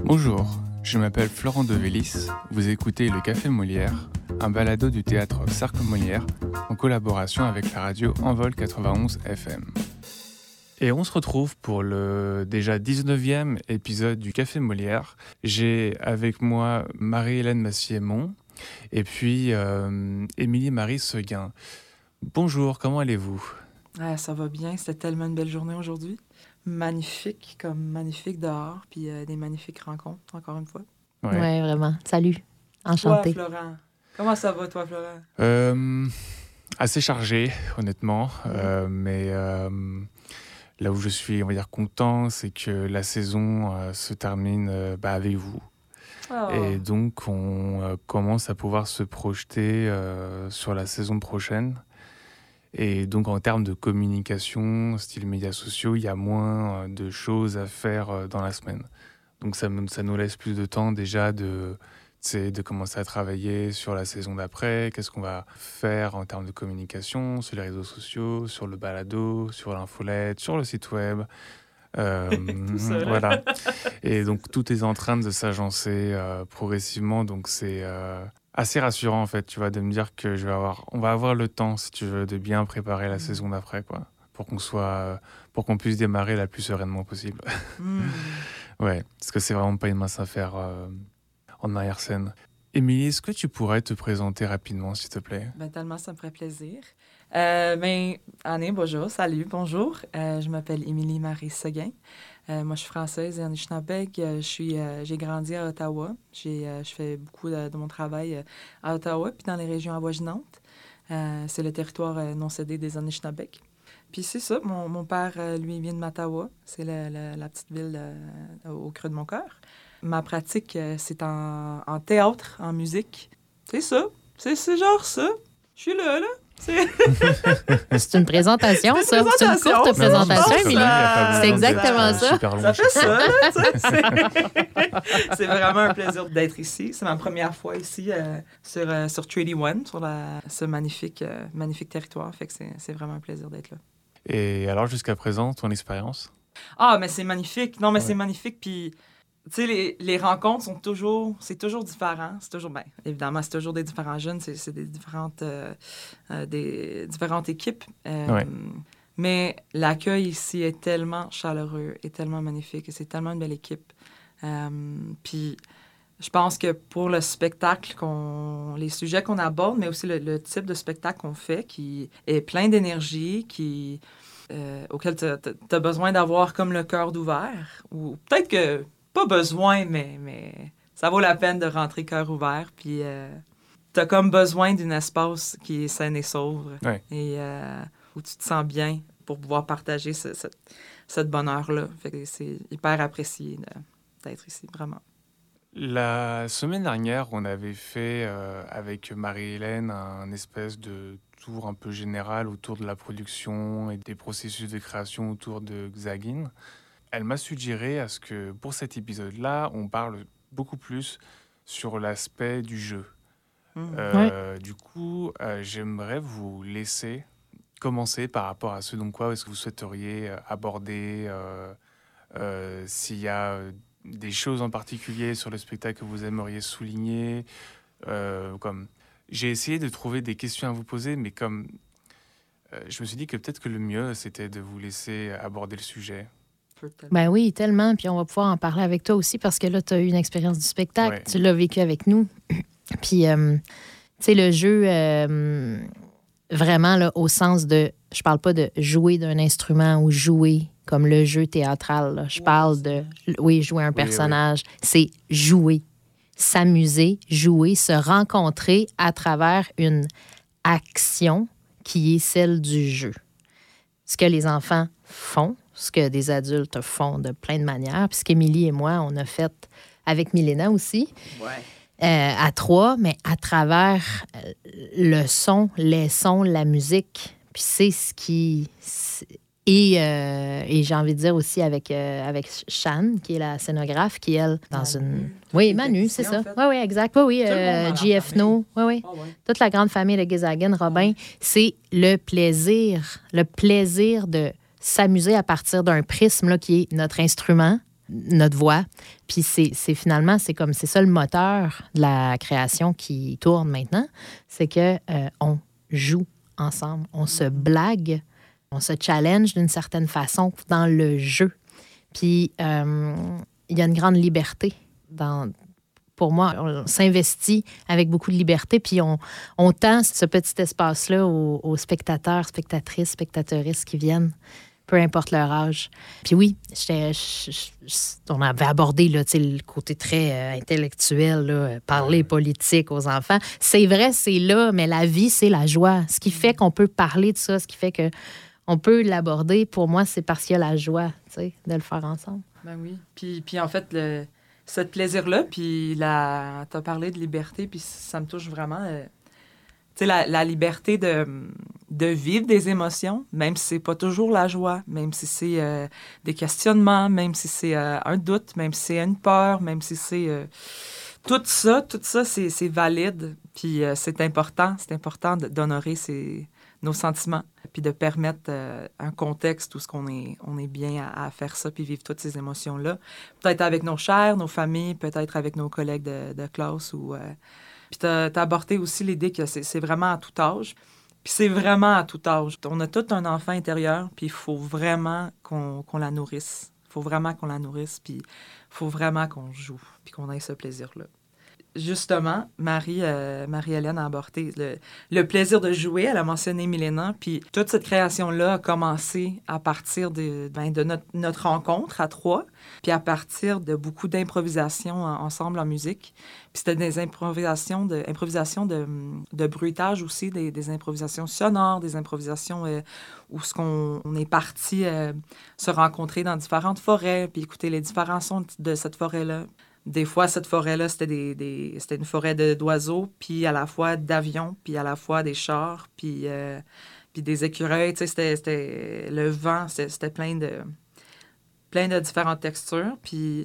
Bonjour, je m'appelle Florent Devélis, vous écoutez Le Café Molière, un balado du théâtre Cercle Molière en collaboration avec la radio Envol 91 FM. Et on se retrouve pour le déjà 19e épisode du Café Molière. J'ai avec moi Marie-Hélène Massiémon et puis Émilie-Marie Seguin. Bonjour, comment allez-vous? Ah, ça va bien, c'était tellement une belle journée aujourd'hui. Magnifique, comme magnifique dehors, puis des magnifiques rencontres, encore une fois. Ouais, vraiment. Salut, enchantée. Toi, Florent, comment ça va, toi, Florent? Assez chargé, honnêtement, mais là où je suis, on va dire, content, c'est que la saison se termine avec vous. Oh. Et donc, on commence à pouvoir se projeter sur la saison prochaine. Et donc, en termes de communication, style médias sociaux, il y a moins de choses à faire dans la semaine. Donc, ça nous laisse plus de temps déjà de commencer à travailler sur la saison d'après. Qu'est-ce qu'on va faire en termes de communication sur les réseaux sociaux, sur le balado, sur l'infolette, sur le site web. Tout ça, voilà. Et donc, tout est en train de s'agencer progressivement. Donc, c'est assez rassurant, en fait, tu vois, de me dire que on va avoir le temps, si tu veux, de bien préparer la saison d'après, quoi, pour qu'on puisse démarrer la plus sereinement possible. Ouais, parce que c'est vraiment pas une mince affaire en arrière-scène. Émilie, est-ce que tu pourrais te présenter rapidement, s'il te plaît? Tellement, ça me ferait plaisir. Annie, bonjour, salut, bonjour. Je m'appelle Émilie-Marie Seguin. Moi, je suis française et Anishinaabe. J'ai grandi à Ottawa. Je fais beaucoup de mon travail à Ottawa, puis dans les régions avoisinantes. C'est le territoire non cédé des Anishinaabe. Puis c'est ça, mon père, lui, vient de Mattawa. C'est la petite ville au creux de mon cœur. Ma pratique, c'est en théâtre, en musique. C'est ça. C'est genre ça. Je suis là. C'est une présentation, ça. C'est une courte présentation, Émilie. C'est exactement ça. Ça fait ça, là, tu sais. C'est vraiment un plaisir d'être ici. C'est ma première fois ici sur Treaty One, sur ce magnifique territoire. Fait que c'est vraiment un plaisir d'être là. Et alors, jusqu'à présent, ton expérience? Ah, mais c'est magnifique. Non, mais c'est magnifique. Puis, tu sais, les rencontres c'est toujours différent. C'est toujours, évidemment, c'est toujours des différents jeunes. C'est des différentes équipes. Mais l'accueil ici est tellement chaleureux et tellement magnifique. Et c'est tellement une belle équipe. Puis, je pense que pour le spectacle, les sujets qu'on aborde, mais aussi le type de spectacle qu'on fait, qui est plein d'énergie, auquel tu as besoin d'avoir comme le cœur ouvert. Ou peut-être que pas besoin, mais ça vaut la peine de rentrer cœur ouvert. Puis tu as comme besoin d'un espace qui est sain et sauve. Ouais. Et où tu te sens bien pour pouvoir partager cette bonheur-là. Fait que c'est hyper apprécié d'être ici, vraiment. La semaine dernière, on avait fait avec Marie-Hélène un espèce de tour un peu général autour de la production et des processus de création autour de Xagin. Elle m'a suggéré à ce que pour cet épisode-là, on parle beaucoup plus sur l'aspect du jeu. Du coup, j'aimerais vous laisser commencer par rapport à ce dont quoi est-ce que vous souhaiteriez aborder, s'il y a des choses en particulier sur le spectacle que vous aimeriez souligner. Comme j'ai essayé de trouver des questions à vous poser, mais comme je me suis dit que peut-être que le mieux, c'était de vous laisser aborder le sujet. Ben oui, tellement. Puis on va pouvoir en parler avec toi aussi parce que là, tu as eu une expérience du spectacle. Ouais. Tu l'as vécu avec nous. Puis, tu sais, le jeu, vraiment, là, au sens de... Je parle pas de jouer d'un instrument ou jouer comme le jeu théâtral. Là. Je parle de, jouer un personnage. Oui. C'est jouer, s'amuser, jouer, se rencontrer à travers une action qui est celle du jeu. Ce que les enfants font, ce que des adultes font de plein de manières, puis ce qu'Émilie et moi, on a fait avec Milena aussi, à trois, mais à travers le son, les sons, la musique. Puis c'est ce qui... Et j'ai envie de dire aussi avec Shan, qui est la scénographe, qui, elle, dans une... Oui, Manu, c'est ça. Oui, exact. Oui, GF No. Oui. Toute la grande famille de Xagin, Robin, c'est le plaisir de s'amuser à partir d'un prisme là, qui est notre instrument, notre voix. Puis finalement, c'est ça le moteur de la création qui tourne maintenant. C'est que on joue ensemble, on se blague, on se challenge d'une certaine façon dans le jeu. Puis il y a une grande liberté pour moi, on s'investit avec beaucoup de liberté, puis on tend ce petit espace-là aux spectateurs, spectatrices, spectateuristes qui viennent, peu importe leur âge. Puis oui, on avait abordé là, le côté très intellectuel, là, parler politique aux enfants. C'est vrai, c'est là, mais la vie, c'est la joie. Ce qui fait qu'on peut parler de ça, ce qui fait qu'on peut l'aborder, pour moi, c'est parce qu'il y a la joie, de le faire ensemble. Ben oui. Puis en fait, ce plaisir-là, puis t'as parlé de liberté, puis ça me touche vraiment. Tu sais, la liberté de vivre des émotions, même si c'est pas toujours la joie, même si c'est des questionnements, même si c'est un doute, même si c'est une peur, même si c'est... tout ça, c'est valide, puis c'est important d'honorer nos sentiments, puis de permettre un contexte où on est bien à faire ça, puis vivre toutes ces émotions-là. Peut-être avec nos chers, nos familles, peut-être avec nos collègues de classe. Puis t'as abordé aussi l'idée que c'est vraiment à tout âge. Puis c'est vraiment à tout âge. On a tout un enfant intérieur, puis il faut vraiment qu'on la nourrisse. Il faut vraiment qu'on la nourrisse, puis il faut vraiment qu'on joue, puis qu'on ait ce plaisir-là. Justement, Marie-Hélène a abordé le plaisir de jouer. Elle a mentionné Milena. Puis toute cette création-là a commencé à partir de notre rencontre à trois, puis à partir de beaucoup d'improvisations ensemble en musique. Puis c'était des improvisations de bruitage aussi, des improvisations sonores, des improvisations où on est parti se rencontrer dans différentes forêts, puis écouter les différents sons de cette forêt-là. Des fois, cette forêt-là, c'était une forêt d'oiseaux, puis à la fois d'avions, puis à la fois des chars, puis des écureuils. Tu sais, c'était le vent, c'était plein de différentes textures, puis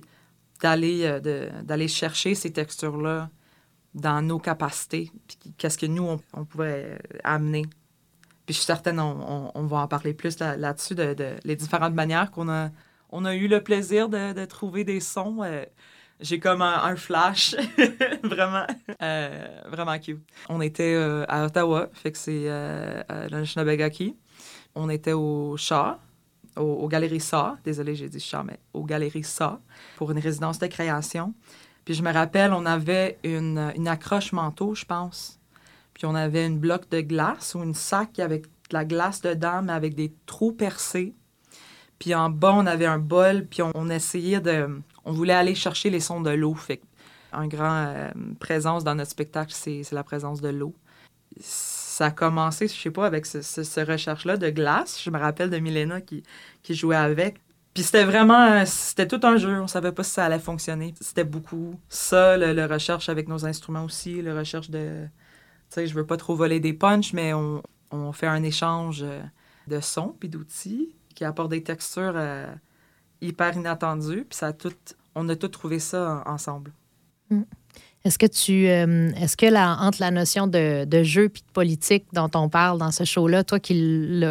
d'aller chercher ces textures-là dans nos capacités, puis qu'est-ce que nous, on pouvait amener. Puis je suis certaine, on va en parler plus là-dessus, de les différentes manières qu'on a eu le plaisir de trouver des sons. J'ai comme un flash, vraiment, vraiment cute. On était à Ottawa, fait que c'est l'Anishinaabegaki. On était au Shaw, aux Galeries SA. Désolée, j'ai dit Shaw, mais aux Galeries SA, pour une résidence de création. Puis je me rappelle, on avait une accroche manteau, je pense. Puis on avait une bloc de glace ou une sac avec de la glace dedans, mais avec des trous percés. Puis en bas, on avait un bol, puis on essayait on voulait aller chercher les sons de l'eau. Fait un grand présence dans notre spectacle, c'est la présence de l'eau. Ça a commencé, je sais pas, avec ce recherche-là de glace. Je me rappelle de Milena qui jouait avec. Puis c'était tout un jeu. On savait pas si ça allait fonctionner. C'était beaucoup ça, le recherche avec nos instruments aussi, le recherche de... Tu sais, je veux pas trop voler des punchs, mais on fait un échange de sons puis d'outils qui apportent des textures hyper inattendues. Puis on a tout trouvé ça ensemble. Est-ce que entre la notion de jeu puis de politique dont on parle dans ce show-là, toi qui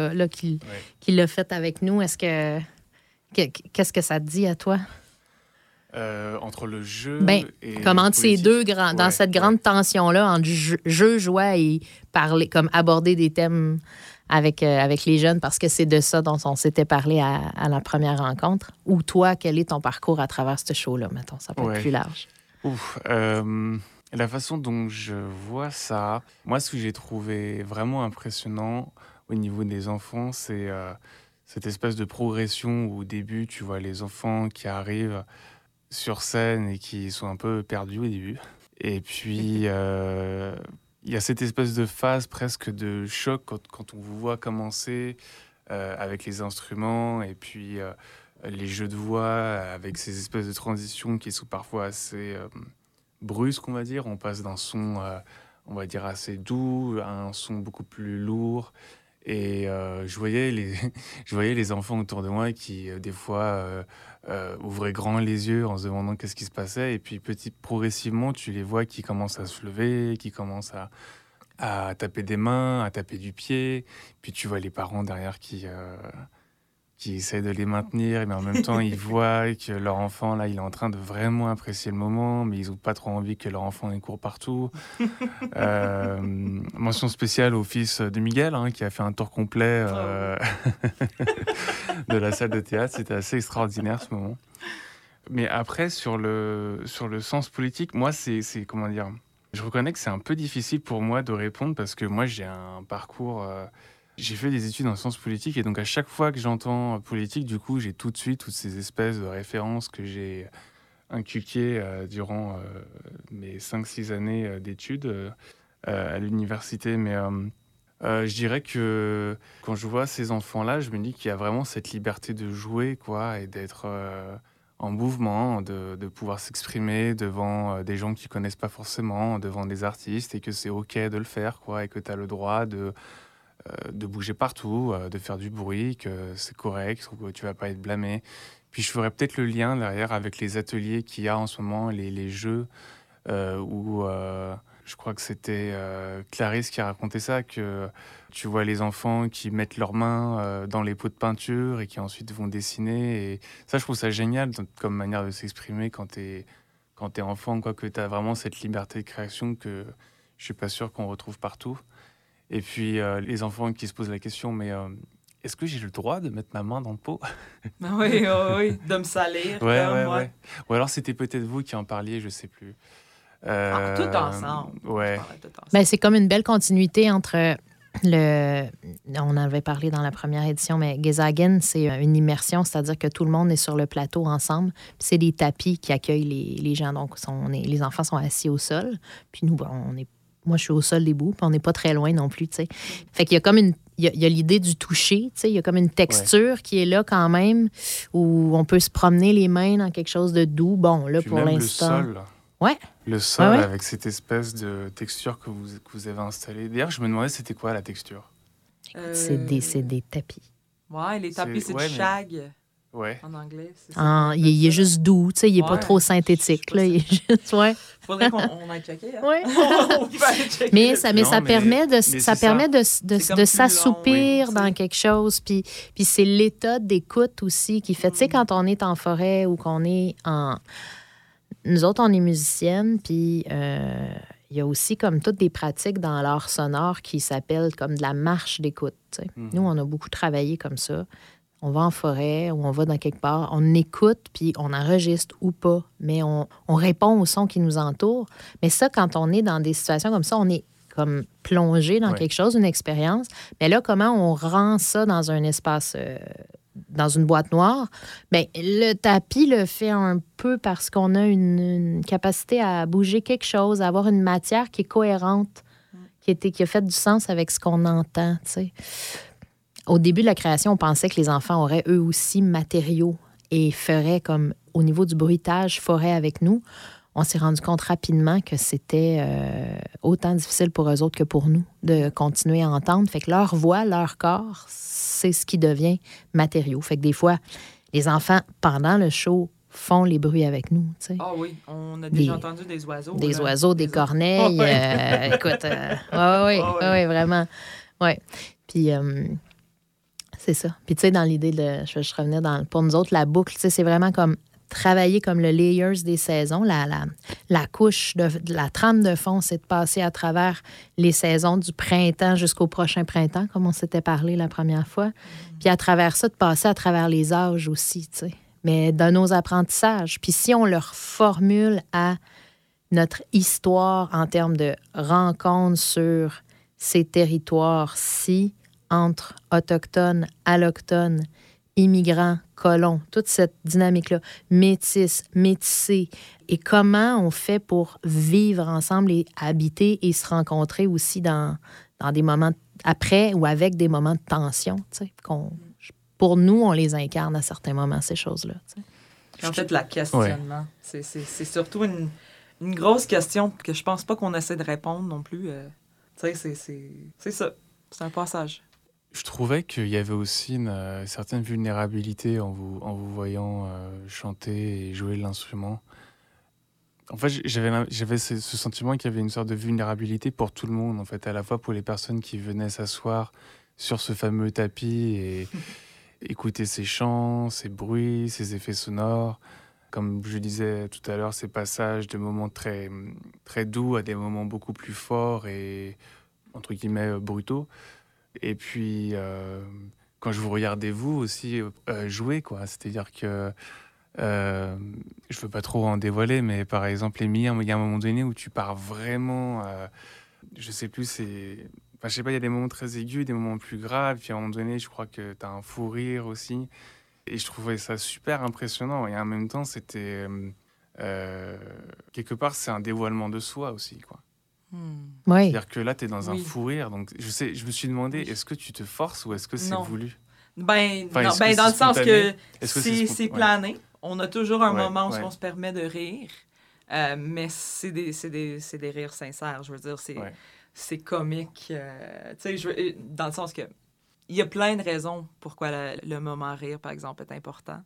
l'as fait avec nous, qu'est-ce que ça te dit à toi? Entre le jeu et comme entre ces deux dans cette grande tension-là, entre jeu, joie et parler, comme aborder des thèmes avec les jeunes, parce que c'est de ça dont on s'était parlé à la première rencontre. Ou toi, quel est ton parcours à travers ce show-là, mettons, ça peut être plus large. La façon dont je vois ça, moi, ce que j'ai trouvé vraiment impressionnant au niveau des enfants, c'est cette espèce de progression où au début, tu vois les enfants qui arrivent sur scène et qui sont un peu perdus au début. Et puis, il y a cette espèce de phase presque de choc quand on vous voit commencer avec les instruments et puis les jeux de voix avec ces espèces de transitions qui sont parfois assez brusques, on va dire. On passe d'un son, on va dire, assez doux à un son beaucoup plus lourd. Et je voyais les enfants autour de moi qui, des fois, ouvraient grand les yeux en se demandant qu'est-ce qui se passait. Et puis, progressivement, tu les vois qui commencent à se lever, qui commencent à taper des mains, à taper du pied. Puis, tu vois les parents derrière qui qui essaient de les maintenir, mais en même temps, ils voient que leur enfant, là, il est en train de vraiment apprécier le moment, mais ils n'ont pas trop envie que leur enfant ait court partout. Mention spéciale au fils de Miguel, qui a fait un tour complet de la salle de théâtre. C'était assez extraordinaire, ce moment. Mais après, sur le sens politique, moi, c'est comment dire... Je reconnais que c'est un peu difficile pour moi de répondre parce que moi, j'ai un parcours... J'ai fait des études en sciences politiques et donc à chaque fois que j'entends politique, du coup, j'ai tout de suite toutes ces espèces de références que j'ai inculquées durant mes 5-6 années d'études à l'université. Mais je dirais que quand je vois ces enfants-là, je me dis qu'il y a vraiment cette liberté de jouer, quoi, et d'être en mouvement, de pouvoir s'exprimer devant des gens qui ne connaissent pas forcément, devant des artistes, et que c'est OK de le faire, quoi, et que tu as le droit de bouger partout, de faire du bruit, que c'est correct, que tu vas pas être blâmé. Puis je ferais peut-être le lien derrière avec les ateliers qu'il y a en ce moment, les jeux, où je crois que c'était Clarisse qui a raconté ça, que tu vois les enfants qui mettent leurs mains dans les pots de peinture et qui ensuite vont dessiner. Et ça, je trouve ça génial comme manière de s'exprimer quand t'es enfant, quoi, que tu as vraiment cette liberté de création que je suis pas sûr qu'on retrouve partout. Et puis, les enfants qui se posent la question, mais est-ce que j'ai le droit de mettre ma main dans le pot? Oui, de me salir. Ouais. Ou alors, c'était peut-être vous qui en parliez, je sais plus. Tout ensemble. Ouais. Tout ensemble. Ben, c'est comme une belle continuité entre on avait parlé dans la première édition, mais Gezagen, c'est une immersion, c'est-à-dire que tout le monde est sur le plateau ensemble. Puis c'est des tapis qui accueillent les gens. Donc, les enfants sont assis au sol. Puis nous, moi, je suis au sol debout, puis on n'est pas très loin non plus, tu sais. Fait qu'il y a comme il y a l'idée du toucher, tu sais. Il y a comme une texture qui est là quand même, où on peut se promener les mains dans quelque chose de doux. Bon, là, puis pour même l'instant... le sol. Ouais. Le sol Ouais. avec cette espèce de texture que vous avez installée. D'ailleurs, je me demandais c'était quoi la texture? C'est des tapis. Ouais, les tapis, c'est du shag. Ouais. En anglais, c'est ça. Il est juste doux, tu sais, il n'est pas trop synthétique. Là, il est juste, faudrait qu'on aille checker. Hein? Ouais. On va aller checker. Mais ça permet de s'assoupir dans quelque chose. Puis c'est l'état d'écoute aussi qui fait, tu sais, quand on est en forêt ou qu'on est en... Nous autres, on est musiciennes, puis il y a aussi comme toutes des pratiques dans l'art sonore qui s'appellent comme de la marche d'écoute. Nous, on a beaucoup travaillé comme ça. On va en forêt ou on va dans quelque part, on écoute, puis on enregistre ou pas, mais on répond aux sons qui nous entourent. Mais ça, quand on est dans des situations comme ça, on est comme plongé dans quelque chose, une expérience. Mais là, comment on rend ça dans un espace... dans une boîte noire, bien, le tapis le fait un peu parce qu'on a une capacité à bouger quelque chose, à avoir une matière qui est cohérente, qui a fait du sens avec ce qu'on entend, tu sais. Au début de la création, on pensait que les enfants auraient eux aussi matériaux et feraient comme, au niveau du bruitage, feraient avec nous. On s'est rendu compte rapidement que c'était autant difficile pour eux autres que pour nous de continuer à entendre. Fait que leur voix, leur corps, c'est ce qui devient matériau. Fait que des fois, les enfants, pendant le show, font les bruits avec nous. T'sais. Ah oui, on a déjà entendu des oiseaux. Des oiseaux, des corneilles. Écoute, oui, vraiment. Oui. Puis, c'est ça. Puis, tu sais, dans l'idée de... Je revenais pour nous autres, la boucle, tu sais, c'est vraiment comme travailler comme le layers des saisons. La couche de la trame de fond, c'est de passer à travers les saisons du printemps jusqu'au prochain printemps, comme on s'était parlé la première fois. Puis à travers ça, de passer à travers les âges aussi, tu sais. Mais de nos apprentissages. Puis si on leur formule à notre histoire en termes de rencontres sur ces territoires-ci, entre autochtones, allochtones, immigrants, colons, toute cette dynamique-là, métissés, et comment on fait pour vivre ensemble et habiter et se rencontrer aussi dans des moments après ou avec des moments de tension, tu sais, pour nous, on les incarne à certains moments, ces choses-là. Tu sais. En fait, la questionnement, c'est surtout une grosse question que je pense pas qu'on essaie de répondre non plus. Tu sais, c'est ça, c'est un passage. Je trouvais qu'il y avait aussi une certaine vulnérabilité en vous voyant chanter et jouer de l'instrument. En fait, j'avais ce sentiment qu'il y avait une sorte de vulnérabilité pour tout le monde, en fait, à la fois pour les personnes qui venaient s'asseoir sur ce fameux tapis écouter ces chants, ces bruits, ces effets sonores. Comme je disais tout à l'heure, ces passages de moments très, très doux à des moments beaucoup plus forts et, entre guillemets, brutaux. Et puis, quand je vous regardais, vous aussi, jouer, quoi. C'est-à-dire que, je veux pas trop en dévoiler, mais par exemple, Émilie, il y a un moment donné où tu pars vraiment, je sais plus, c'est... Enfin, je sais pas, il y a des moments très aigus, des moments plus graves, puis à un moment donné, je crois que tu as un fou rire aussi. Et je trouvais ça super impressionnant. Et en même temps, c'était... quelque part, c'est un dévoilement de soi aussi, quoi. Oui. C'est-à-dire que là, tu es dans un Oui. fou rire. Donc, je me suis demandé, Oui. est-ce que tu te forces ou est-ce que c'est Non. voulu? Ben, Enfin, non, est-ce ben que dans c'est le sens que spontané? Est-ce que c'est c'est ouais. plané. On a toujours un Ouais, moment où ouais. on se permet de rire, mais c'est des rires sincères. Je veux dire, Ouais. c'est comique. Tu sais, dans le sens que il y a plein de raisons pourquoi le moment rire, par exemple, est important.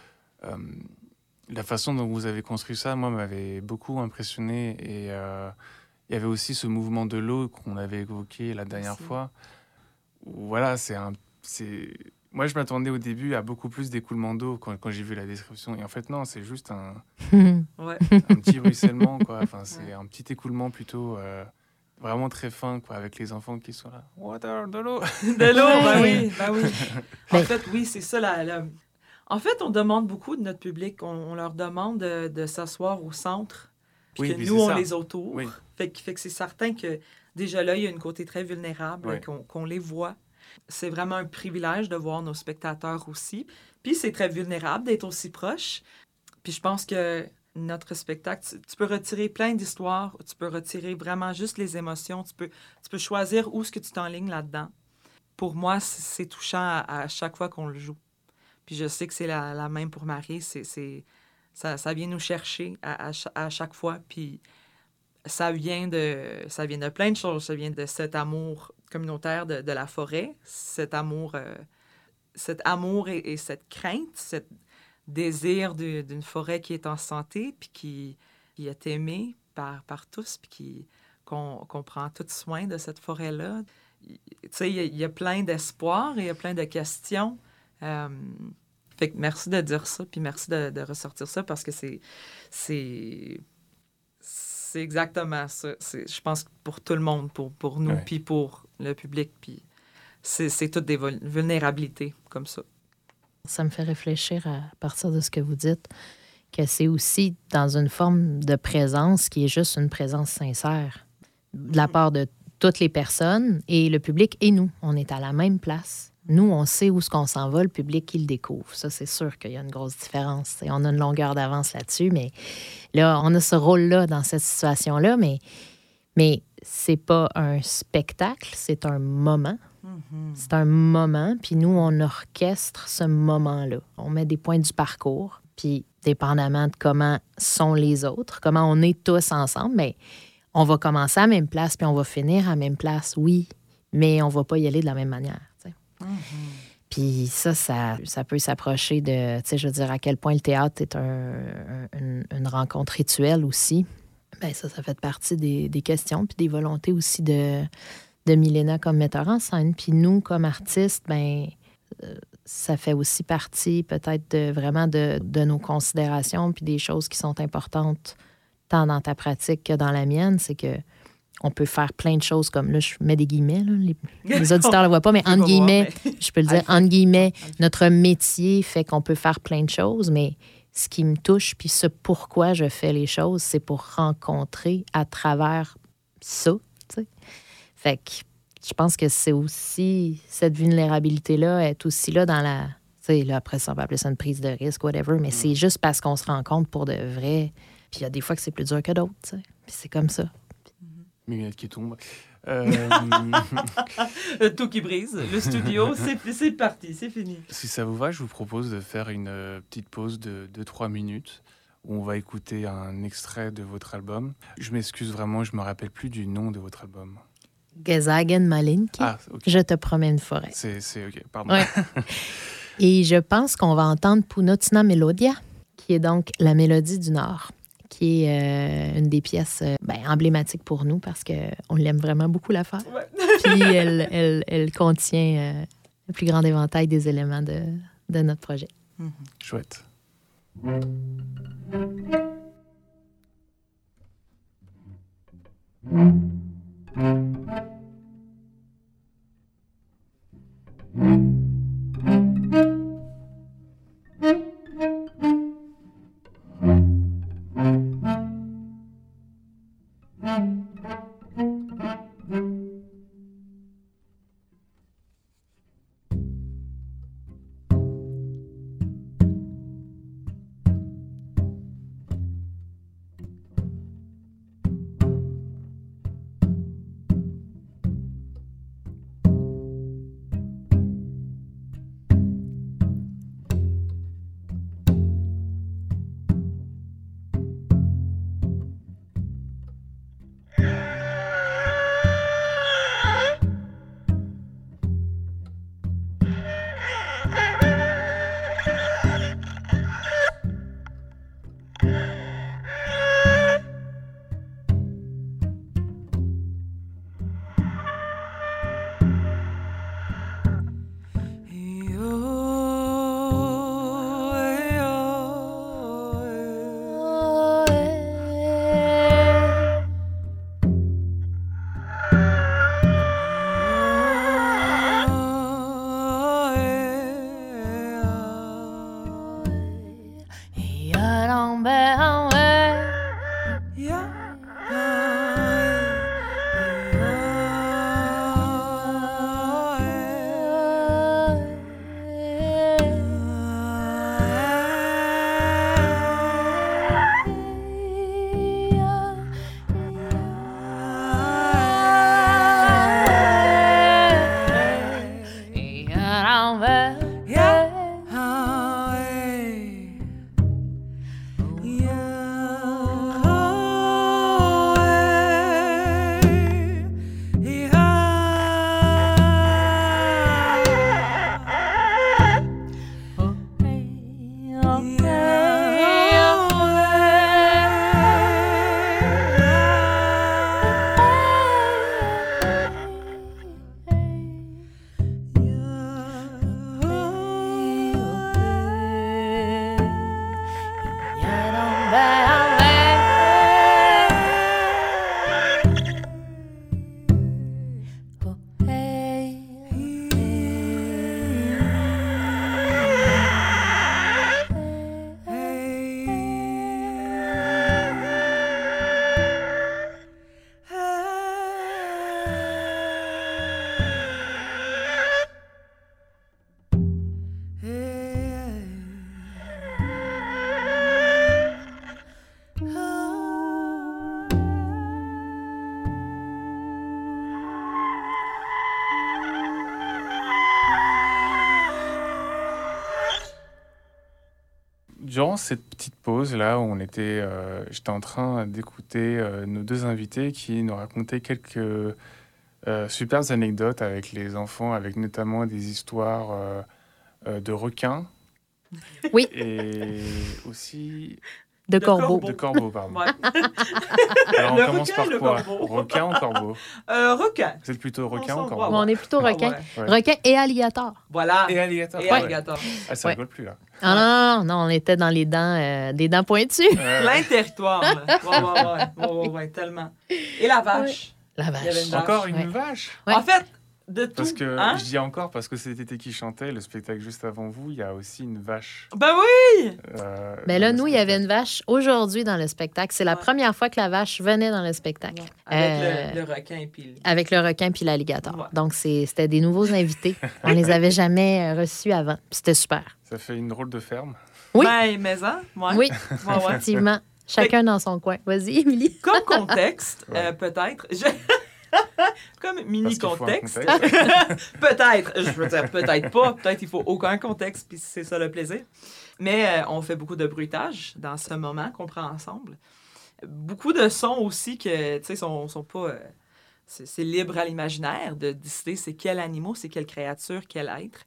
La façon dont vous avez construit ça, moi, m'avait beaucoup impressionné. Et il y avait aussi ce mouvement de l'eau qu'on avait évoqué la dernière Aussi. fois. Où, voilà, moi, je m'attendais au début à beaucoup plus d'écoulement d'eau quand j'ai vu la description. Et en fait, non, c'est juste Ouais. un petit ruissellement, quoi. Enfin, c'est Ouais. un petit écoulement plutôt vraiment très fin, quoi, avec les enfants qui sont là. Water, de l'eau. De l'eau, ben Ouais. oui, ben oui. En Ben- fait, oui, c'est ça. En fait, on demande beaucoup de notre public. On leur demande de s'asseoir au centre, puis Oui, que puis nous, c'est on ça. les autour. Oui. Fait que c'est certain que déjà là, il y a une côté très vulnérable, Ouais. qu'on les voit. C'est vraiment un privilège de voir nos spectateurs aussi. Puis c'est très vulnérable d'être aussi proche. Puis je pense que notre spectacle, tu peux retirer plein d'histoires, tu peux retirer vraiment juste les émotions, tu peux choisir où est-ce que tu t'enlignes là-dedans. Pour moi, c'est touchant à chaque fois qu'on le joue. Puis je sais que c'est la même pour Marie. Ça vient nous chercher à chaque fois. Puis ça vient de plein de choses. Ça vient de cet amour communautaire de la forêt, cet amour et cette crainte, ce désir d'une forêt qui est en santé, puis qui est aimée par tous, puis qu'on prend tout soin de cette forêt-là. Tu sais, il y a plein d'espoir et il y a plein de questions. Fait que merci de dire ça, puis merci de ressortir ça, parce que c'est exactement ça. Je pense que pour tout le monde, pour nous, Ouais. puis pour le public, puis c'est toutes des vulnérabilités comme ça. Ça me fait réfléchir à partir de ce que vous dites, que c'est aussi dans une forme de présence qui est juste une présence sincère de la part de toutes les personnes et le public et nous. On est à la même place. Nous, on sait où ce qu'on s'en va, le public, il le découvre. Ça, c'est sûr qu'il y a une grosse différence. Et on a une longueur d'avance là-dessus, mais là, on a ce rôle-là dans cette situation-là, mais c'est pas un spectacle, c'est un moment. C'est un moment, puis nous, on orchestre ce moment-là. On met des points du parcours, puis dépendamment de comment sont les autres, comment on est tous ensemble, mais on va commencer à la même place, puis on va finir à la même place, oui, mais on va pas y aller de la même manière. T'sais. Puis ça peut s'approcher de, tu sais, je veux dire, à quel point le théâtre est une rencontre rituelle aussi. Bien, ça fait partie des questions, puis des volontés aussi de Milena comme metteur en scène. Puis nous, comme artistes, ben ça fait aussi partie peut-être vraiment de nos considérations puis des choses qui sont importantes tant dans ta pratique que dans la mienne. C'est que on peut faire plein de choses comme, là, je mets des guillemets, là, les auditeurs ne le voient pas, mais entre guillemets, je peux le dire, entre guillemets, notre métier fait qu'on peut faire plein de choses, mais ce qui me touche puis ce pourquoi je fais les choses, c'est pour rencontrer à travers ça, tu sais. Fait que je pense que c'est aussi, cette vulnérabilité-là est aussi là dans la... Tu sais, là, après ça, on va appeler ça une prise de risque, whatever, mais c'est juste parce qu'on se rencontre pour de vrai. Puis il y a des fois que c'est plus dur que d'autres, tu sais. Puis c'est comme ça. Mes lunettes qui tombent. Tout qui brise. Le studio, c'est parti, c'est fini. Si ça vous va, je vous propose de faire une petite pause de 2-3 minutes où on va écouter un extrait de votre album. Je m'excuse vraiment, je me rappelle plus du nom de votre album. Gesagen Malinki. Ah, ok. Je te promets une forêt. C'est ok, pardon. Ouais. Et je pense qu'on va entendre Punotina Melodia, qui est donc la mélodie du Nord, qui est une des pièces emblématiques pour nous parce qu'on l'aime vraiment beaucoup la faire. Ouais. Puis elle contient le plus grand éventail des éléments de notre projet. Chouette. Durant cette petite pause-là, où j'étais en train d'écouter nos deux invités qui nous racontaient quelques superbes anecdotes avec les enfants, avec notamment des histoires de requins. Oui. Et aussi... De corbeaux. De corbeaux, pardon. Ouais. Alors, on Le commence requin par et le quoi? corbeau. Requin ou corbeau? Requin. Vous êtes plutôt requin ou Ensemble, corbeau? On est plutôt requin. Ouais. Ouais. Requin et alligator. Voilà. Et alligator. Et Ouais. alligator. Ah, ça Ouais. rigole plus, là. Ah non, on était dans les dents, des dents pointues. Plein de territoire. Là. Ouais, tellement. Et la vache. La Il y avait vache. une vache. Encore une Ouais. vache? Ouais. En fait, de tout. Parce que, Hein? je dis encore parce que c'était qui chantait, le spectacle juste avant vous, il y a aussi une vache. Ben oui! Mais là, dans le nous, il y avait spectacle. une vache aujourd'hui dans le spectacle. C'est la Ouais. première fois que la vache venait dans le spectacle. Avec le requin et puis... Avec le requin puis l'alligator. Ouais. Donc, c'était des nouveaux invités. On les avait jamais reçus avant. Puis c'était super. Ça fait une drôle de ferme. Oui. Ben, mais hein? Ouais. Oui, Ouais, ouais. effectivement. Chacun dans son coin. Vas-y, Émilie. Comme contexte, Ouais. peut-être... Comme mini Parce qu'il faut un contexte. contexte. Peut-être. Je veux dire, peut-être pas. Peut-être il faut aucun contexte, puis c'est ça le plaisir. Mais on fait beaucoup de bruitage dans ce moment qu'on prend ensemble. Beaucoup de sons aussi que, tu sais, sont pas... c'est libre à l'imaginaire de décider c'est quel animal, c'est quelle créature, quel être.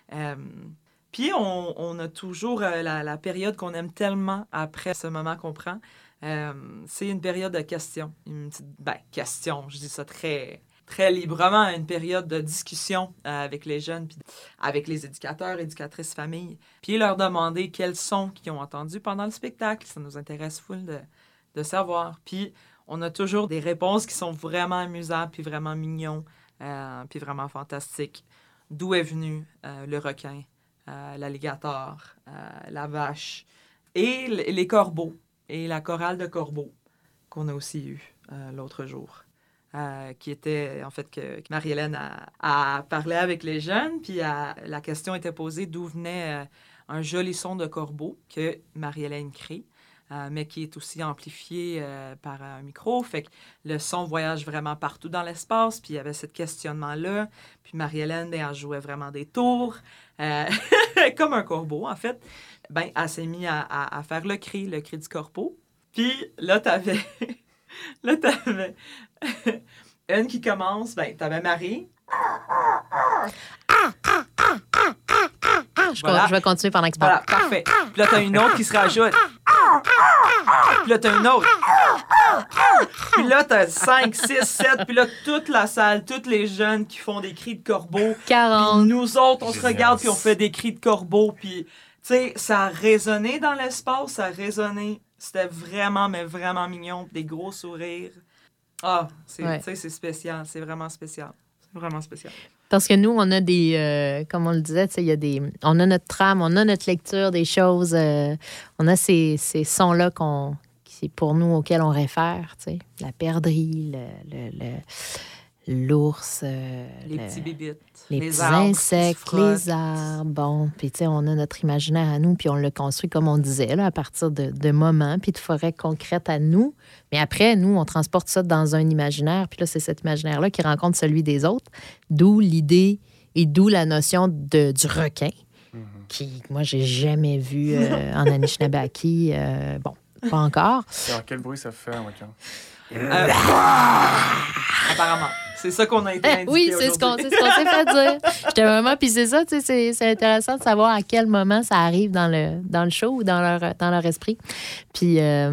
Puis on a toujours la période qu'on aime tellement après ce moment qu'on prend. C'est une période de questions. Une petite, question, je dis ça très très librement une période de discussion avec les jeunes, puis avec les éducateurs, éducatrices, familles, puis leur demander quels sons qu'ils ont entendus pendant le spectacle. Ça nous intéresse full de savoir. Puis on a toujours des réponses qui sont vraiment amusantes, puis vraiment mignons, puis vraiment fantastiques. D'où est venu le requin, l'alligator, la vache, et les corbeaux, et la chorale de corbeaux qu'on a aussi eu l'autre jour. Qui était, en fait, que Marie-Hélène a parlé avec les jeunes, puis la question était posée d'où venait un joli son de corbeau que Marie-Hélène crée, mais qui est aussi amplifié par un micro. Fait que le son voyage vraiment partout dans l'espace, puis il y avait ce questionnement-là. Puis Marie-Hélène, elle jouait vraiment des tours, comme un corbeau, en fait. Ben, elle s'est mise à faire le cri du corbeau. Puis là, t'avais une qui commence, ben, t'avais Marie. Je vais continuer pendant que tu parles. Voilà, parfait. Puis là, t'as une autre qui se rajoute. Puis là, t'as une autre. Puis là, t'as 5, 6, 7. Puis là, toute la salle, tous les jeunes qui font des cris de corbeau. 40. Puis nous autres, on se regarde puis on fait des cris de corbeau. Puis, tu sais, ça a résonné dans l'espace, ça a résonné. C'était vraiment, mais vraiment mignon. Des gros sourires. Ah, c'est spécial. C'est vraiment spécial. C'est vraiment spécial. Parce que nous, on a des, comme on le disait, il y a on a notre trame, on a notre lecture des choses, on a ces sons-là c'est pour nous auxquels on réfère, la perdrix, l'ours, les petits bébites, les petits insectes, les arbres. Bon, puis on a notre imaginaire à nous, puis on le construit, comme on disait, là, à partir de moments, puis de forêts concrètes à nous. Mais après, nous, on transporte ça dans un imaginaire, puis là, c'est cet imaginaire-là qui rencontre celui des autres, d'où l'idée et d'où la notion du requin, qui, moi, j'ai jamais vu en Anishinabaki. Bon, pas encore. Alors, quel bruit ça fait, un requin? Apparemment. C'est ça qu'on a été indiqué oui, c'est ce qu'on s'est fait dire. J'étais vraiment... Puis c'est ça, c'est intéressant de savoir à quel moment ça arrive dans le show ou dans leur esprit. Puis hier,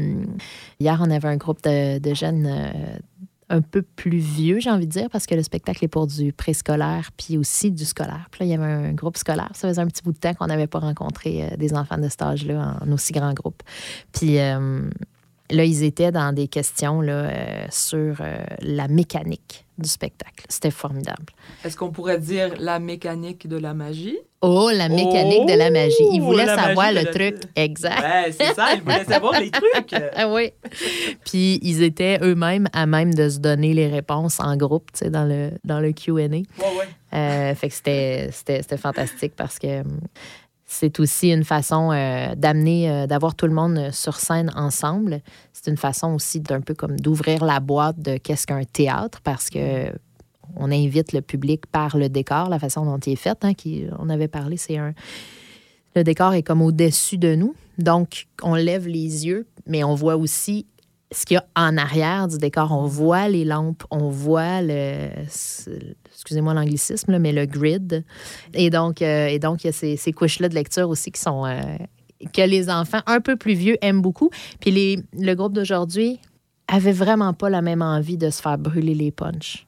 on avait un groupe de jeunes un peu plus vieux, j'ai envie de dire, parce que le spectacle est pour du préscolaire puis aussi du scolaire. Puis là, il y avait un groupe scolaire. Ça faisait un petit bout de temps qu'on n'avait pas rencontré des enfants de cet âge-là en aussi grand groupe. Puis... là, ils étaient dans des questions sur la mécanique du spectacle. C'était formidable. Est-ce qu'on pourrait dire la mécanique de la magie? Oh, la mécanique de la magie. Ils voulaient savoir le truc exact. Ouais, c'est ça, ils voulaient savoir les trucs. Ah oui. Puis ils étaient eux-mêmes à même de se donner les réponses en groupe, dans le Q&A. Ouais. Fait que c'était fantastique parce que... c'est aussi une façon d'amener, d'avoir tout le monde sur scène ensemble. C'est une façon aussi d'un peu comme d'ouvrir la boîte de qu'est-ce qu'un théâtre, parce que on invite le public par le décor, la façon dont il est fait. On avait parlé, le décor est comme au-dessus de nous. Donc, on lève les yeux, mais on voit aussi ce qu'il y a en arrière du décor. On voit les lampes, on voit excusez-moi l'anglicisme, mais le grid. Et donc, il y a ces couches-là de lecture aussi qui sont... que les enfants un peu plus vieux aiment beaucoup. Puis le groupe d'aujourd'hui avait vraiment pas la même envie de se faire brûler les punchs.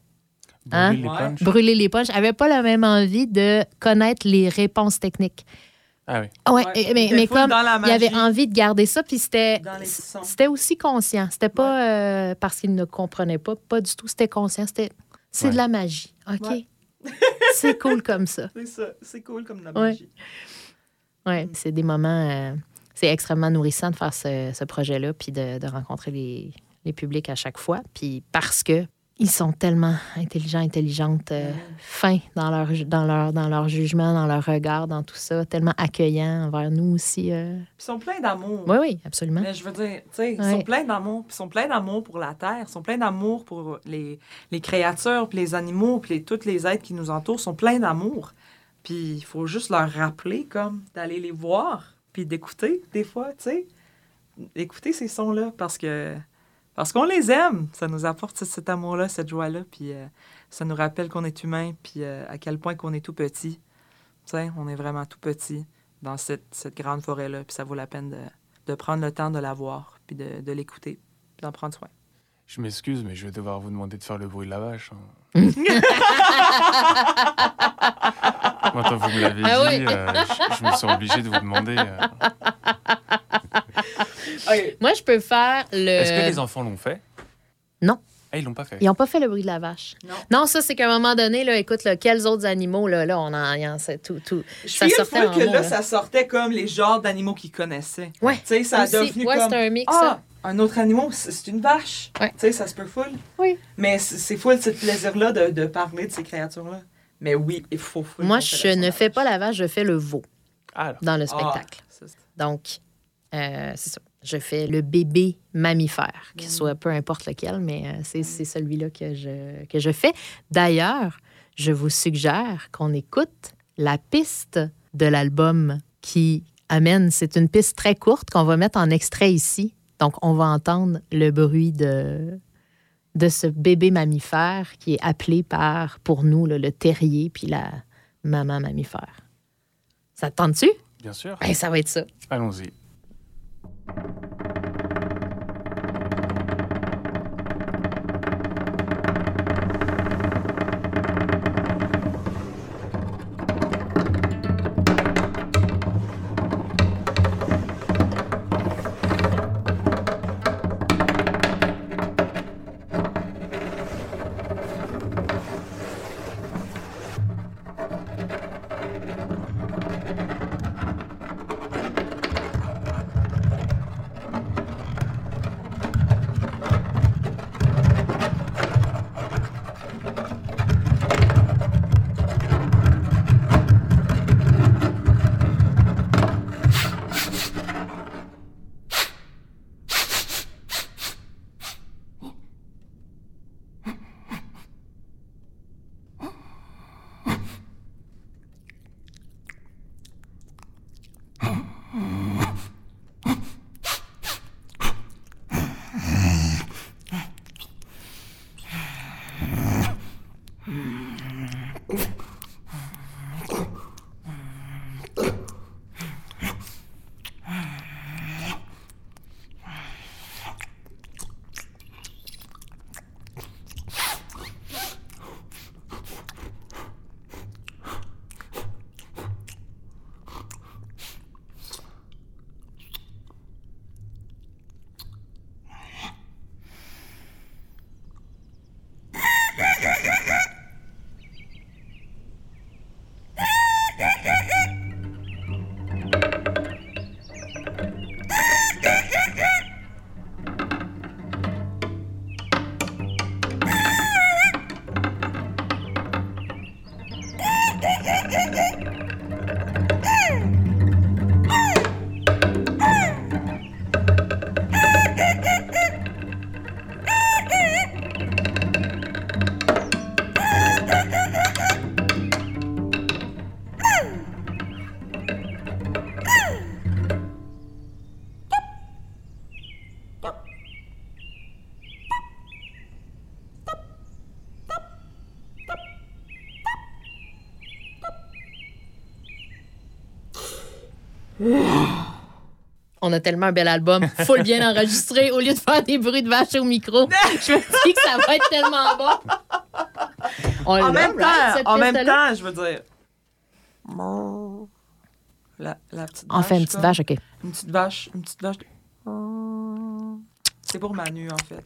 Brûler les punchs. Avait pas la même envie de connaître les réponses techniques. Ah oui. Ouais, mais comme il avait envie de garder ça, puis c'était aussi conscient. C'était pas parce qu'il ne comprenait pas du tout. C'était conscient. C'est de la magie. OK? Ouais. C'est cool comme ça. C'est ça. C'est cool comme de la magie. Oui, c'est des moments... c'est extrêmement nourrissant de faire ce projet-là, puis de rencontrer les publics à chaque fois. Puis parce que ils sont tellement intelligentes, fins dans leur jugement, dans leur regard, dans tout ça, tellement accueillants envers nous aussi. Ils sont pleins d'amour. Oui, absolument. Mais je veux dire, tu sais, ils sont pleins d'amour. Ils sont pleins d'amour pour la terre. Ils sont pleins d'amour pour les créatures, puis les animaux, puis tous les êtres qui nous entourent. Ils sont pleins d'amour. Puis il faut juste leur rappeler, comme, d'aller les voir, puis d'écouter, des fois, tu sais. Écouter ces sons-là, parce qu'on les aime. Ça nous apporte cet amour-là, cette joie-là, puis ça nous rappelle qu'on est humain, puis à quel point qu'on est tout petit. Tu sais, on est vraiment tout petit dans cette grande forêt-là, puis ça vaut la peine de prendre le temps de la voir, puis de l'écouter, puis d'en prendre soin. Je m'excuse, mais je vais devoir vous demander de faire le bruit de la vache. Maintenant, vous me l'avez dit, je me sens obligé de vous demander. OK. Moi, je peux faire le... Est-ce que les enfants l'ont fait? Non. Ah, ils l'ont pas fait. Ils n'ont pas fait le bruit de la vache. Non. Ça, c'est qu'à un moment donné, là, écoute, là, quels autres animaux, là on en c'est tout. Je Ça suis sortait une en fois que mots, là, là. ça sortait comme les genres d'animaux qu'ils connaissaient. Ouais. Tu sais, ça a Aussi. devenu Ouais, comme... c'est un mix, Ah, un autre animal, c'est une vache. Ouais. Tu sais, ça se peut full. Oui. Mais c'est full ce plaisir-là de parler de ces créatures-là. Mais oui, il faut full. Moi, qu'on fait je la ne sauce fais à pas vache. la vache, je fais le veau Ah, dans le spectacle. Ça, c'est- Donc, c'est ça. Je fais le bébé mammifère, qu'il soit peu importe lequel, mais c'est celui-là que je fais. D'ailleurs, je vous suggère qu'on écoute la piste de l'album qui amène. C'est une piste très courte qu'on va mettre en extrait ici. Donc, on va entendre le bruit de ce bébé mammifère qui est appelé pour nous, là, le terrier puis la maman mammifère. Ça te tente-tu? bien sûr. Ben, ça va être ça. Allons-y. On a tellement un bel album, faut le bien enregistrer au lieu de faire des bruits de vache au micro. Je me dis que ça va être tellement bon. On En l'a, même right, cette temps, piste-là? je veux dire... La petite vache. On fait une petite comme- vache, OK. Une petite vache. C'est pour Manu, en fait.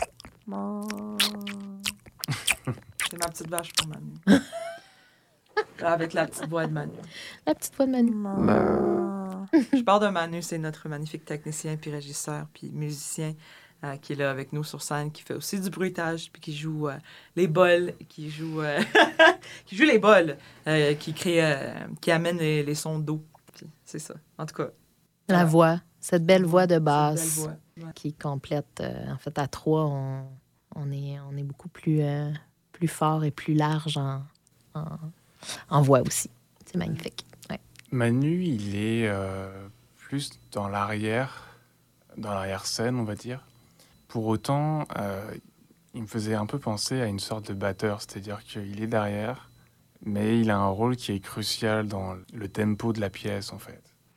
C'est ma petite vache pour Manu. Avec la petite voix de Manu. La petite voix de Manu. Je parle de Manu, c'est notre magnifique technicien, puis régisseur, puis musicien qui est là avec nous sur scène, qui fait aussi du bruitage, puis qui joue les bols, qui joue les bols, qui amène les sons d'eau. Puis c'est ça. En tout cas. La voix, cette belle voix de Cette basse belle voix. Ouais. qui complète. En fait, à trois, on est beaucoup plus fort et plus large en voix aussi. C'est magnifique. Ouais. Manu, il est plus dans l'arrière-scène, on va dire. Pour autant, il me faisait un peu penser à une sorte de batteur, c'est-à-dire qu'il est derrière, mais il a un rôle qui est crucial dans le tempo de la pièce, en fait.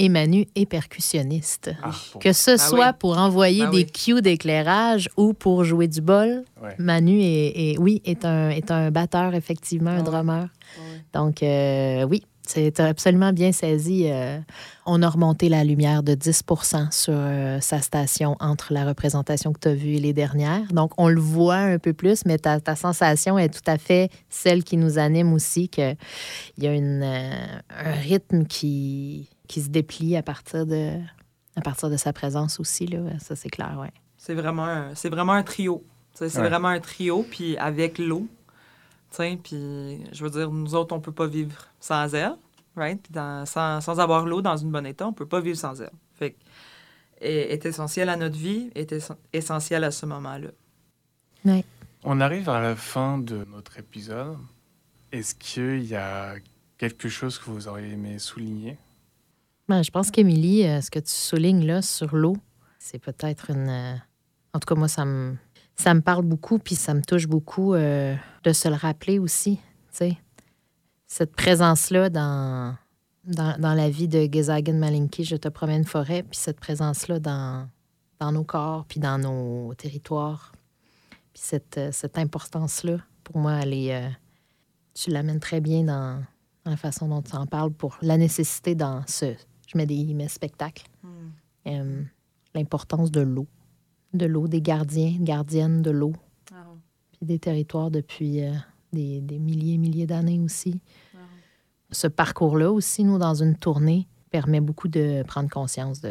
Et Manu est percussionniste. Bon. Que ce soit pour envoyer des cues d'éclairage ou pour jouer du bol, Manu est un batteur, effectivement, un drummer. Donc, oui, c'est absolument bien saisi. On a remonté la lumière de 10 % sur sa station entre la représentation que tu as vue et les dernières. Donc, on le voit un peu plus, mais ta sensation est tout à fait celle qui nous anime aussi, qu'il y a un rythme qui se déplie à partir de sa présence aussi. Là. Ça, c'est clair, oui. C'est vraiment un trio. C'est vraiment un trio, puis avec l'eau. Puis, je veux dire, nous autres, on peut pas vivre sans elle, right? Sans avoir l'eau dans une bonne état, on peut pas vivre sans elle. Fait que, est essentielle à notre vie, est essentielle à ce moment-là. Oui. On arrive à la fin de notre épisode. Est-ce qu'il y a quelque chose que vous auriez aimé souligner? Je pense qu'Émilie, ce que tu soulignes là sur l'eau, c'est peut-être en tout cas, moi, ça me parle beaucoup, puis ça me touche beaucoup de se le rappeler aussi, tu sais. Cette présence-là dans la vie de Gezagen Malinki, Je te promets une forêt, puis cette présence-là dans nos corps, puis dans nos territoires. Puis cette importance-là, pour moi, tu l'amènes très bien dans la façon dont tu en parles pour la nécessité dans je mets des guillemets, spectacle. L'importance de l'eau. De l'eau, des gardiennes de l'eau. Puis des territoires depuis des milliers et milliers d'années aussi. Ce parcours-là aussi, nous, dans une tournée, permet beaucoup de prendre conscience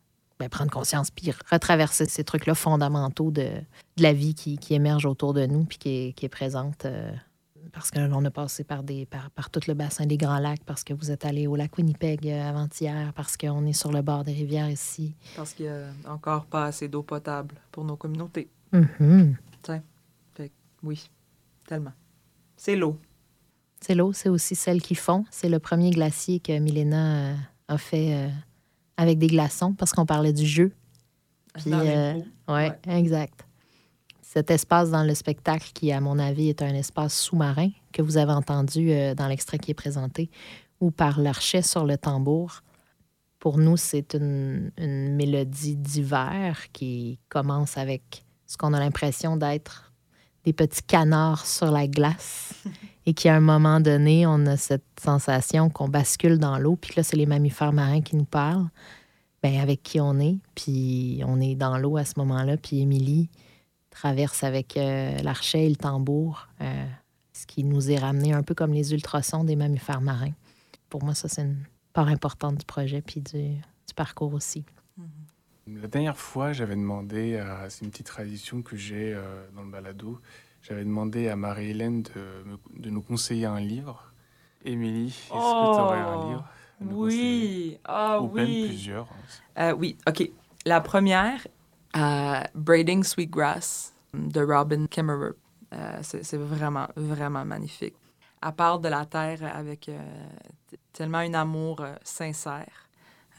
puis retraverser ces trucs-là fondamentaux de la vie qui émerge autour de nous puis qui est présente parce qu'on a passé par tout le bassin des Grands Lacs, parce que vous êtes allé au lac Winnipeg avant-hier, parce qu'on est sur le bord des rivières ici. Parce qu'il y a encore pas assez d'eau potable pour nos communautés. Fait que, oui, tellement. C'est l'eau. C'est l'eau, c'est aussi celle qui fond. C'est le premier glacier que Milena a fait avec des glaçons, parce qu'on parlait du jeu. Puis, ouais, exact. Cet espace dans le spectacle qui, à mon avis, est un espace sous-marin que vous avez entendu dans l'extrait qui est présenté, ou par l'archet sur le tambour. Pour nous, c'est une mélodie d'hiver qui commence avec ce qu'on a l'impression d'être des petits canards sur la glace et qu'à un moment donné, on a cette sensation qu'on bascule dans l'eau. Puis là, c'est les mammifères marins qui nous parlent, avec qui on est. Puis on est dans l'eau à ce moment-là. Puis Émilie traverse avec l'archet et le tambour, ce qui nous est ramené un peu comme les ultrasons des mammifères marins. Pour moi, ça, c'est une part importante du projet puis du parcours aussi. La dernière fois, j'avais demandé, c'est une petite tradition que j'ai dans le balado, j'avais demandé à Marie-Hélène de nous conseiller un livre. Émilie, est-ce que tu aurais un livre à nous conseiller? Ou même plusieurs. Oui, OK. La première, Braiding Sweetgrass de Robin Kemmerer. C'est vraiment, vraiment magnifique. Elle parle de la terre avec tellement un amour sincère.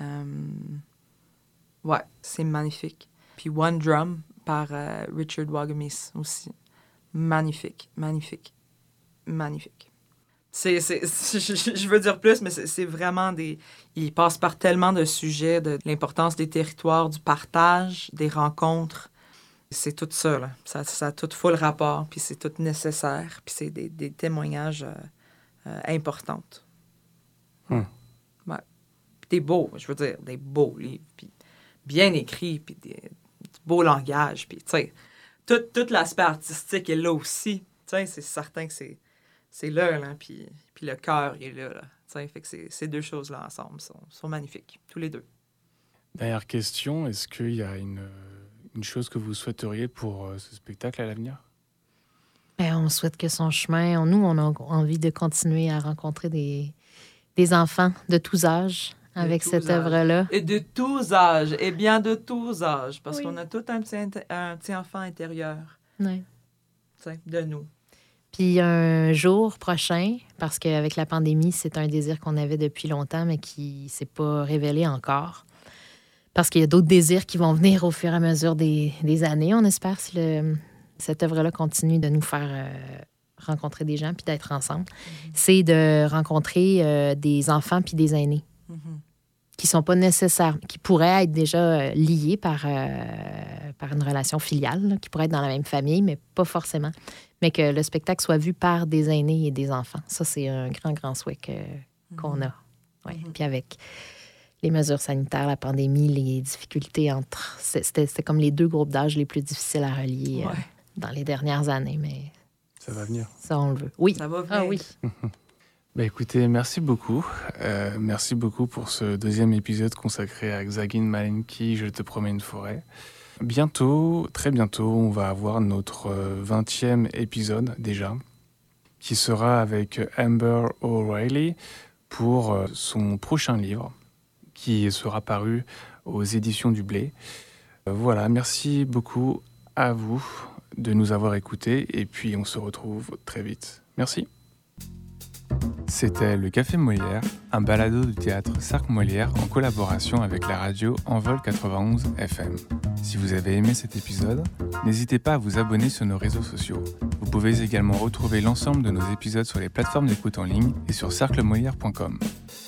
Ouais, c'est magnifique. Puis One Drum par Richard Wagamese aussi. Magnifique, magnifique, magnifique. Je veux dire plus, mais c'est vraiment il passe par tellement de sujets, de l'importance des territoires, du partage, des rencontres. C'est tout ça, là. Ça a tout full rapport, puis c'est tout nécessaire, puis c'est des témoignages importants. Ouais. Puis des beaux, je veux dire, des beaux livres, puis bien écrits, puis du beau langage, puis, tu sais, tout l'aspect artistique est là aussi. Tu sais, c'est certain que c'est là, puis le cœur est là. Tu sais, fait que ces deux choses-là ensemble sont magnifiques, tous les deux. Dernière question, est-ce qu'il y a une chose que vous souhaiteriez pour ce spectacle à l'avenir? On souhaite que son chemin... Nous, on a envie de continuer à rencontrer des enfants de tous âges avec cette œuvre-là. Et de tous âges, et bien de tous âges, parce qu'on a tout un petit enfant intérieur de nous. Puis un jour prochain, parce qu'avec la pandémie, c'est un désir qu'on avait depuis longtemps, mais qui ne s'est pas révélé encore. Parce qu'il y a d'autres désirs qui vont venir au fur et à mesure des années. On espère si cette œuvre-là continue de nous faire rencontrer des gens puis d'être ensemble. C'est de rencontrer des enfants puis des aînés. qui sont pas nécessaires, qui pourraient être déjà liés par une relation filiale, là, qui pourraient être dans la même famille, mais pas forcément. Mais que le spectacle soit vu par des aînés et des enfants. Ça, c'est un grand, grand souhait qu'on a. Ouais. Puis avec les mesures sanitaires, la pandémie, les difficultés entre... C'était comme les 2 groupes d'âge les plus difficiles à relier dans les dernières années, mais... Ça va venir. Ça, on le veut. Oui. Ça va venir. Ah oui. Écoutez, merci beaucoup. Merci beaucoup pour ce 2e épisode consacré à Xagin Malenki, Je te promets une forêt. Bientôt, très bientôt, on va avoir notre 20e épisode déjà, qui sera avec Amber O'Reilly pour son prochain livre, qui sera paru aux éditions du Blé. Voilà, merci beaucoup à vous de nous avoir écoutés et puis on se retrouve très vite. Merci. C'était le Café Molière, un balado du théâtre Cirque Molière en collaboration avec la radio Envol 91 FM. Si vous avez aimé cet épisode, n'hésitez pas à vous abonner sur nos réseaux sociaux. Vous pouvez également retrouver l'ensemble de nos épisodes sur les plateformes d'écoute en ligne et sur cerclemolière.com.